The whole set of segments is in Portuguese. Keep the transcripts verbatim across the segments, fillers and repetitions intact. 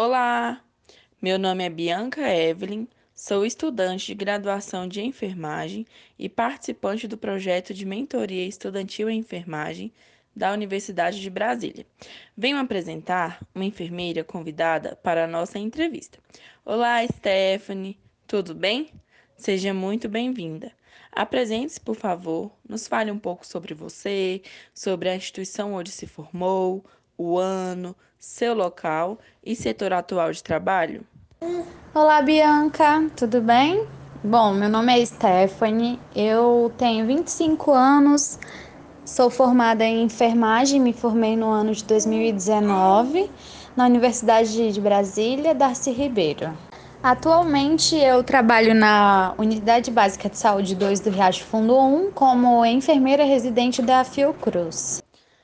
Olá, meu nome é Bianca Evelyn, sou estudante de graduação de enfermagem e participante do projeto de mentoria estudantil em enfermagem da Universidade de Brasília. Venho apresentar uma enfermeira convidada para a nossa entrevista. Olá, Stephanie, tudo bem? Seja muito bem-vinda. Apresente-se, por favor, nos fale um pouco sobre você, sobre a instituição onde se formou, o ano, seu local e setor atual de trabalho. Olá, Bianca, tudo bem? Bom, meu nome é Stephanie, eu tenho vinte e cinco anos, sou formada em enfermagem, me formei no ano de dois mil e dezenove na Universidade de Brasília, Darcy Ribeiro. Atualmente eu trabalho na Unidade Básica de Saúde dois do Riacho Fundo um como enfermeira residente da Fiocruz.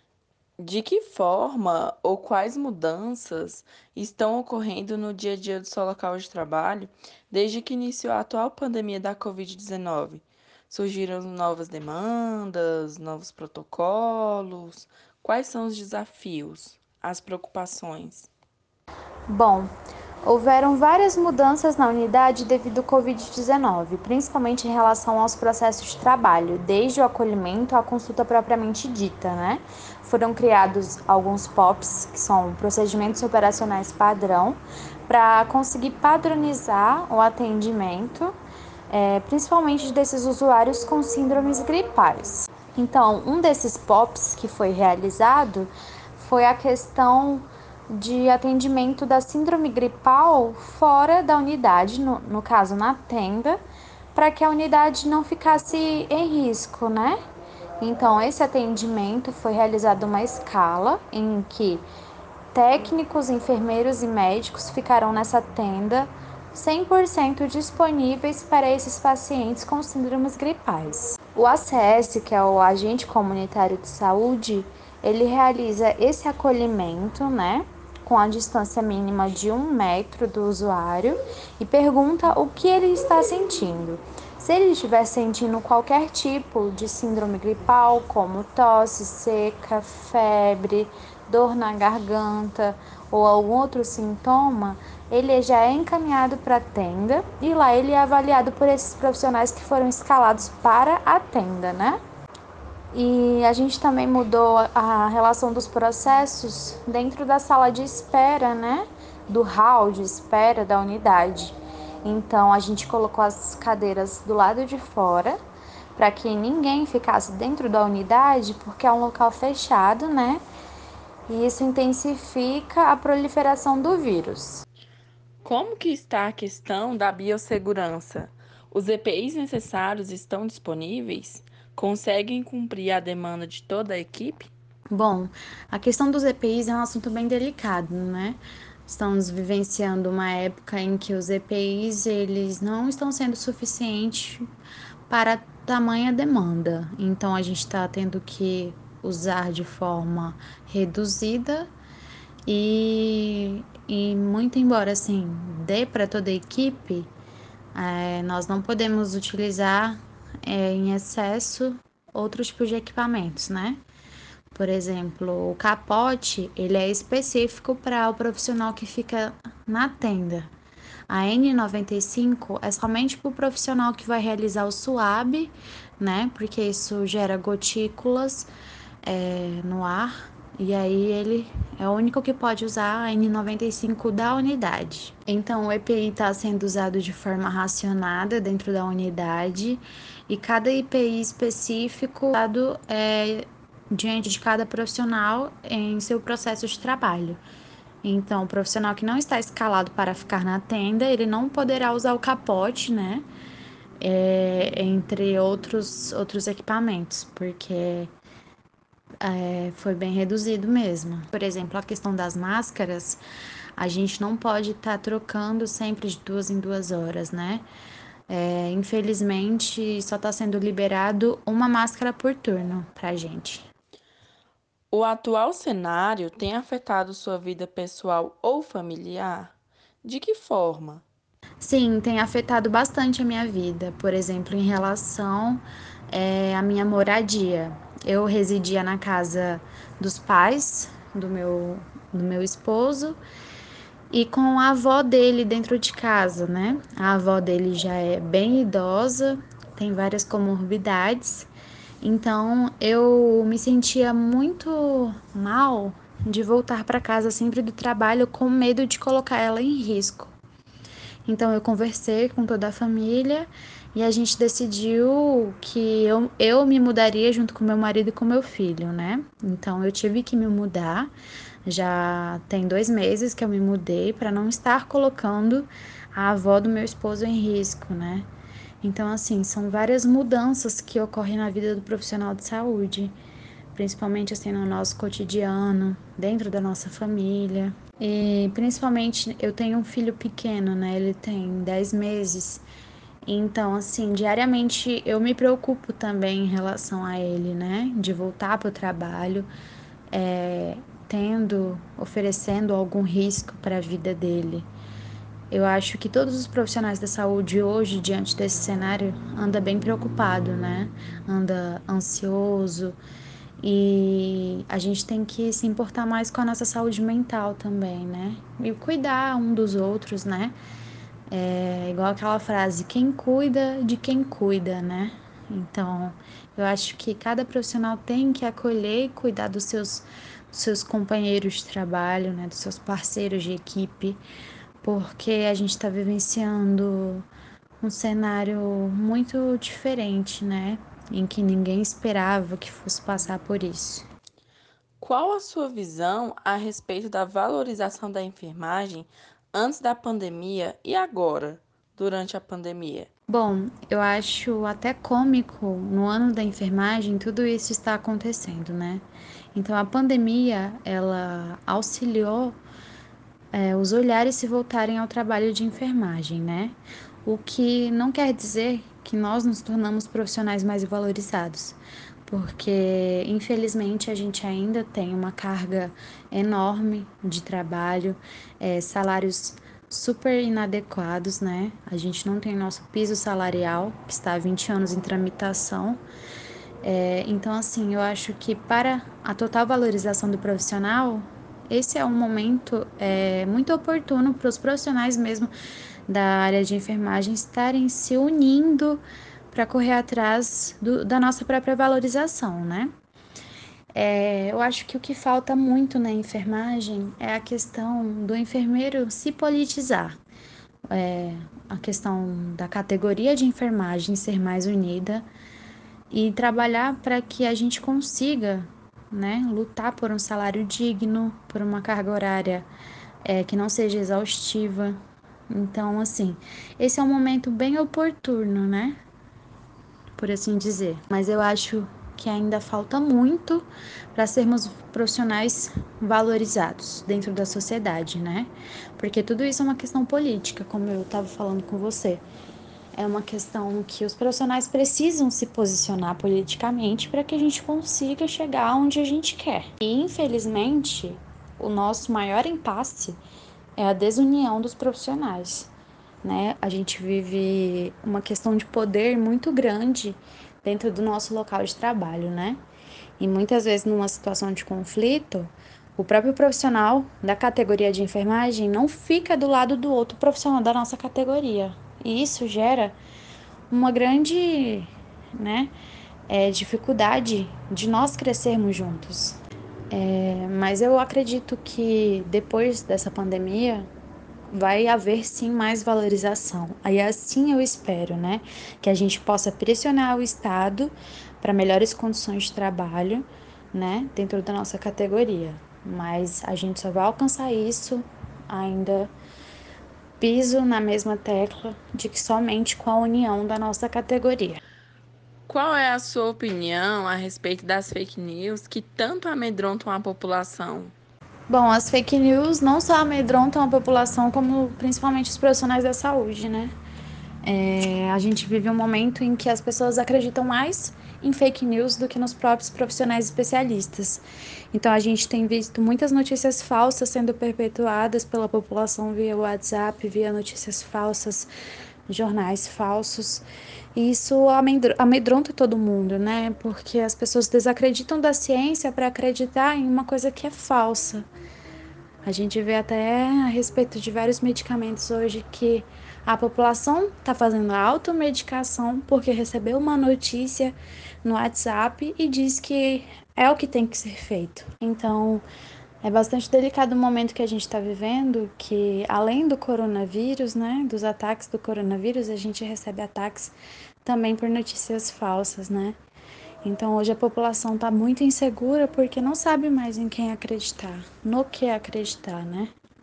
De que forma ou quais mudanças estão ocorrendo no dia a dia do seu local de trabalho desde que iniciou a atual pandemia da covid dezenove? Surgiram novas demandas, novos protocolos? Quais são os desafios, as preocupações? Bom, houveram várias mudanças na unidade devido ao covid dezenove, principalmente em relação aos processos de trabalho, desde o acolhimento à consulta propriamente dita, né? Foram criados alguns P O Ps, que são procedimentos operacionais padrão, para conseguir padronizar o atendimento, é, principalmente desses usuários com síndromes gripais. Então, um desses P O Ps que foi realizado foi a questão de atendimento da síndrome gripal fora da unidade, no, no caso na tenda, para que a unidade não ficasse em risco, né? Então, esse atendimento foi realizado uma escala em que técnicos, enfermeiros e médicos ficarão nessa tenda cem por cento disponíveis para esses pacientes com síndromes gripais. O A C S, que é o Agente Comunitário de Saúde, ele realiza esse acolhimento, né, com a distância mínima de um metro do usuário e pergunta o que ele está sentindo. Se ele estiver sentindo qualquer tipo de síndrome gripal, como tosse seca, febre, dor na garganta ou algum outro sintoma, ele já é encaminhado para a tenda e lá ele é avaliado por esses profissionais que foram escalados para a tenda, né? E a gente também mudou a relação dos processos dentro da sala de espera, né? Do hall de espera da unidade. Então a gente colocou as cadeiras do lado de fora para que ninguém ficasse dentro da unidade, porque é um local fechado, né? E isso intensifica a proliferação do vírus. Como que está a questão da biossegurança? Os E P Is necessários estão disponíveis? Conseguem cumprir a demanda de toda a equipe? Bom, a questão dos E P Is é um assunto bem delicado, né? Estamos vivenciando uma época em que os E P Is eles não estão sendo suficientes para tamanha demanda. Então a gente está tendo que usar de forma reduzida e, e muito embora assim dê para toda a equipe, é, nós não podemos utilizar é, em excesso outros tipos de equipamentos, né? Por exemplo, o capote, ele é específico para o profissional que fica na tenda. A N noventa e cinco é somente para o profissional que vai realizar o suave, né? Porque isso gera gotículas é, no ar. E aí ele é o único que pode usar a N noventa e cinco da unidade. Então o E P I está sendo usado de forma racionada dentro da unidade e cada I P I específico usado é, diante de cada profissional em seu processo de trabalho. Então, o profissional que não está escalado para ficar na tenda, ele não poderá usar o capote, né? É, entre outros, outros equipamentos, porque é, foi bem reduzido mesmo. Por exemplo, a questão das máscaras, a gente não pode estar tá trocando sempre de duas em duas horas, né? É, infelizmente, só está sendo liberado uma máscara por turno pra gente. O atual cenário tem afetado sua vida pessoal ou familiar? De que forma? Sim, tem afetado bastante a minha vida, por exemplo, em relação é, à minha moradia. Eu residia na casa dos pais do meu, do meu esposo e com a avó dele dentro de casa, né? A avó dele já é bem idosa, tem várias comorbidades, então eu me sentia muito mal de voltar para casa sempre do trabalho com medo de colocar ela em risco. Então eu conversei com toda a família e a gente decidiu que eu, eu me mudaria junto com meu marido e com meu filho, né? Então eu tive que me mudar. Já tem dois meses que eu me mudei para não estar colocando a avó do meu esposo em risco, né? Então, assim, são várias mudanças que ocorrem na vida do profissional de saúde, principalmente assim no nosso cotidiano, dentro da nossa família. E principalmente eu tenho um filho pequeno, né? Ele tem dez meses. Então, assim, diariamente eu me preocupo também em relação a ele, né? De voltar para o trabalho, é, tendo, oferecendo algum risco para a vida dele. Eu acho que todos os profissionais da saúde hoje, diante desse cenário, anda bem preocupado, né? Anda ansioso e a gente tem que se importar mais com a nossa saúde mental também, né? E cuidar um dos outros, né? É igual aquela frase, quem cuida de quem cuida, né? Então, eu acho que cada profissional tem que acolher e cuidar dos seus, dos seus companheiros de trabalho, né? Dos seus parceiros de equipe, porque a gente está vivenciando um cenário muito diferente, né? Em que ninguém esperava que fosse passar por isso. Qual a sua visão a respeito da valorização da enfermagem antes da pandemia e agora, durante a pandemia? Bom, eu acho até cômico no ano da enfermagem tudo isso está acontecendo, né? Então a pandemia ela auxiliou é, os olhares se voltarem ao trabalho de enfermagem, né? O que não quer dizer que nós nos tornamos profissionais mais valorizados, porque infelizmente a gente ainda tem uma carga enorme de trabalho, é, salários super inadequados, né? A gente não tem nosso piso salarial, que está há vinte anos em tramitação. É, então, assim, eu acho que para a total valorização do profissional, esse é um momento é, muito oportuno para os profissionais mesmo da área de enfermagem estarem se unindo para correr atrás do, da nossa própria valorização, né? É, eu acho que o que falta muito na enfermagem é a questão do enfermeiro se politizar. É, a questão da categoria de enfermagem ser mais unida e trabalhar para que a gente consiga, né, lutar por um salário digno, por uma carga horária é, que não seja exaustiva. Então, assim, esse é um momento bem oportuno, né, por assim dizer. Mas eu acho que ainda falta muito para sermos profissionais valorizados dentro da sociedade, né? Porque tudo isso é uma questão política, como eu estava falando com você. É uma questão que os profissionais precisam se posicionar politicamente para que a gente consiga chegar onde a gente quer. E, infelizmente, o nosso maior impasse é a desunião dos profissionais, né? A gente vive uma questão de poder muito grande dentro do nosso local de trabalho, né? E muitas vezes, numa situação de conflito, o próprio profissional da categoria de enfermagem não fica do lado do outro profissional da nossa categoria. E isso gera uma grande, né, é, dificuldade de nós crescermos juntos. É, mas eu acredito que depois dessa pandemia vai haver sim mais valorização. Aí assim eu espero, né, que a gente possa pressionar o Estado para melhores condições de trabalho, né, dentro da nossa categoria. Mas a gente só vai alcançar isso ainda piso na mesma tecla de que somente com a união da nossa categoria. Qual é a sua opinião a respeito das fake news que tanto amedrontam a população? Bom, as fake news não só amedrontam a população, como principalmente os profissionais da saúde, né? É, a gente vive um momento em que as pessoas acreditam mais em fake news do que nos próprios profissionais especialistas. Então, a gente tem visto muitas notícias falsas sendo perpetuadas pela população via WhatsApp, via notícias falsas, jornais falsos. E isso amedronta todo mundo, né? Porque as pessoas desacreditam da ciência para acreditar em uma coisa que é falsa. A gente vê até a respeito de vários medicamentos hoje que a população está fazendo a automedicação porque recebeu uma notícia no WhatsApp e diz que é o que tem que ser feito. Então, é bastante delicado o momento que a gente está vivendo, que além do coronavírus, né, dos ataques do coronavírus, a gente recebe ataques também por notícias falsas, né? Então hoje a população está muito insegura porque não sabe mais em quem acreditar, no que acreditar, né?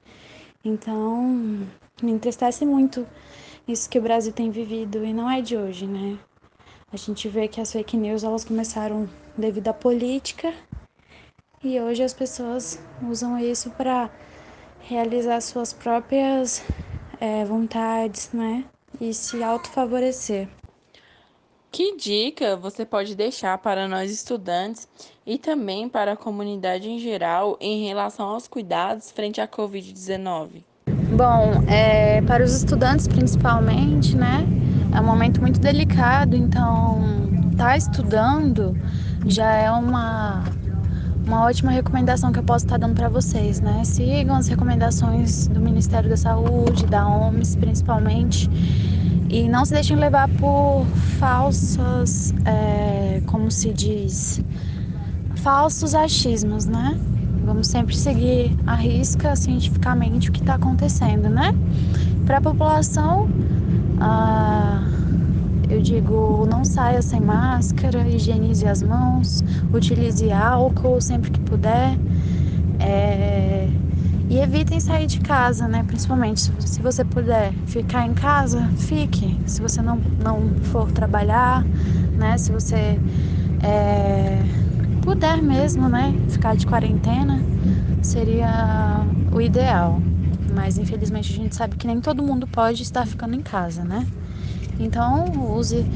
Então me entristece muito isso que o Brasil tem vivido e não é de hoje, né? A gente vê que as fake news elas começaram devido à política e hoje as pessoas usam isso para realizar suas próprias é, vontades, né? E se autofavorecer. Que dica você pode deixar para nós estudantes e também para a comunidade em geral em relação aos cuidados frente à covid dezenove? Bom, é, para os estudantes principalmente, né? É um momento muito delicado, então tá estudando já é uma, uma ótima recomendação que eu posso estar dando para vocês, né? Sigam as recomendações do Ministério da Saúde, da O M S principalmente, e não se deixem levar por falsas, é, como se diz, falsos achismos, né? Vamos sempre seguir à risca cientificamente o que está acontecendo, né? Para a população, ah, eu digo, não saia sem máscara, higienize as mãos, utilize álcool sempre que puder. É, e evitem sair de casa, né? Principalmente se você puder ficar em casa, fique. Se você não, não for trabalhar, né? Se você é, puder mesmo, né? Ficar de quarentena, seria o ideal. Mas infelizmente a gente sabe que nem todo mundo pode estar ficando em casa, né? Então use,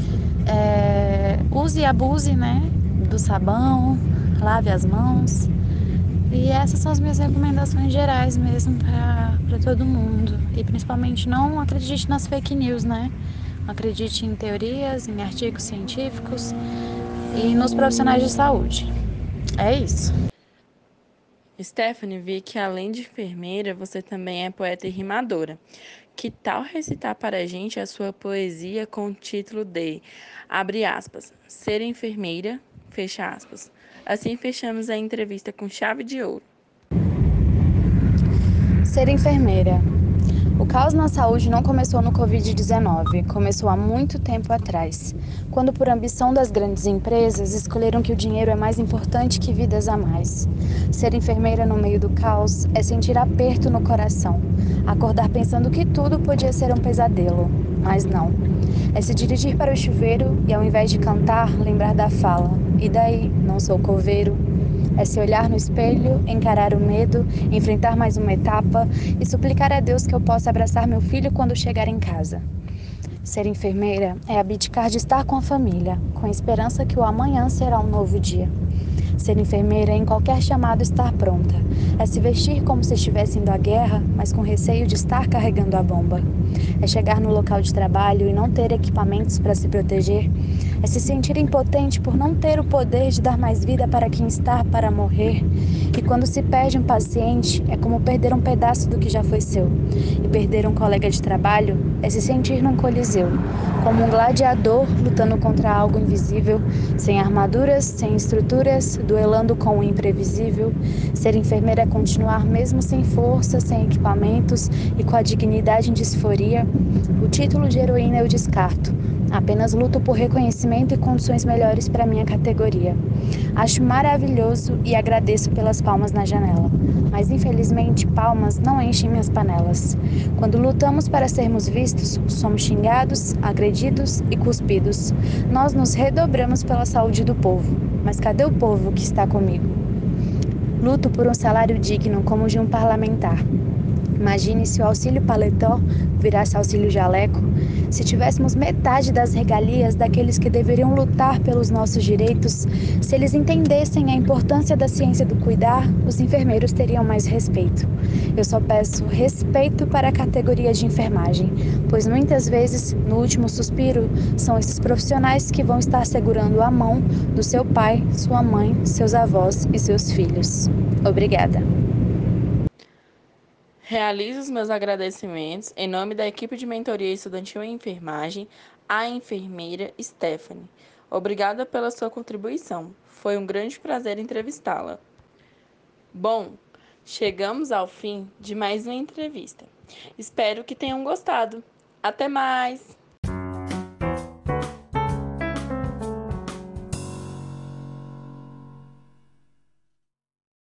é, use e abuse, né? Do sabão, lave as mãos. E essas são as minhas recomendações gerais mesmo para todo mundo. E principalmente não acredite nas fake news, né? Acredite em teorias, em artigos científicos e nos profissionais de saúde. É isso. Stephanie, vi que além de enfermeira, você também é poeta e rimadora. Que tal recitar para a gente a sua poesia com o título de, abre aspas, Ser enfermeira, fecha aspas. Assim fechamos a entrevista com chave de ouro. Ser enfermeira. O caos na saúde não começou no covid dezenove, começou há muito tempo atrás, quando por ambição das grandes empresas escolheram que o dinheiro é mais importante que vidas a mais. Ser enfermeira no meio do caos é sentir aperto no coração, acordar pensando que tudo podia ser um pesadelo, mas não. É se dirigir para o chuveiro e ao invés de cantar, lembrar da fala. E daí, não sou coveiro? É se olhar no espelho, encarar o medo, enfrentar mais uma etapa e suplicar a Deus que eu possa abraçar meu filho quando chegar em casa. Ser enfermeira é abdicar de estar com a família, com a esperança que o amanhã será um novo dia. Ser enfermeira é em qualquer chamado estar pronta. É se vestir como se estivesse indo à guerra, mas com receio de estar carregando a bomba. É chegar no local de trabalho e não ter equipamentos para se proteger. É se sentir impotente por não ter o poder de dar mais vida para quem está para morrer. E quando se perde um paciente, é como perder um pedaço do que já foi seu. E perder um colega de trabalho é se sentir num coliseu, como um gladiador lutando contra algo invisível, sem armaduras, sem estruturas, duelando com o imprevisível. Ser enfermeira é continuar mesmo sem força, sem equipamentos e com a dignidade em disforia. O título de heroína eu descarto. Apenas luto por reconhecimento e condições melhores para minha categoria. Acho maravilhoso e agradeço pelas palmas na janela. Mas infelizmente, palmas não enchem minhas panelas. Quando lutamos para sermos vistos, somos xingados, agredidos e cuspidos. Nós nos redobramos pela saúde do povo. Mas cadê o povo que está comigo? Luto por um salário digno como o de um parlamentar. Imagine se o auxílio paletó virasse auxílio jaleco, se tivéssemos metade das regalias daqueles que deveriam lutar pelos nossos direitos, se eles entendessem a importância da ciência do cuidar, os enfermeiros teriam mais respeito. Eu só peço respeito para a categoria de enfermagem, pois muitas vezes, no último suspiro, são esses profissionais que vão estar segurando a mão do seu pai, sua mãe, seus avós e seus filhos. Obrigada. Realizo os meus agradecimentos em nome da equipe de mentoria estudantil em enfermagem, à enfermeira Stephanie. Obrigada pela sua contribuição. Foi um grande prazer entrevistá-la. Bom, chegamos ao fim de mais uma entrevista. Espero que tenham gostado. Até mais!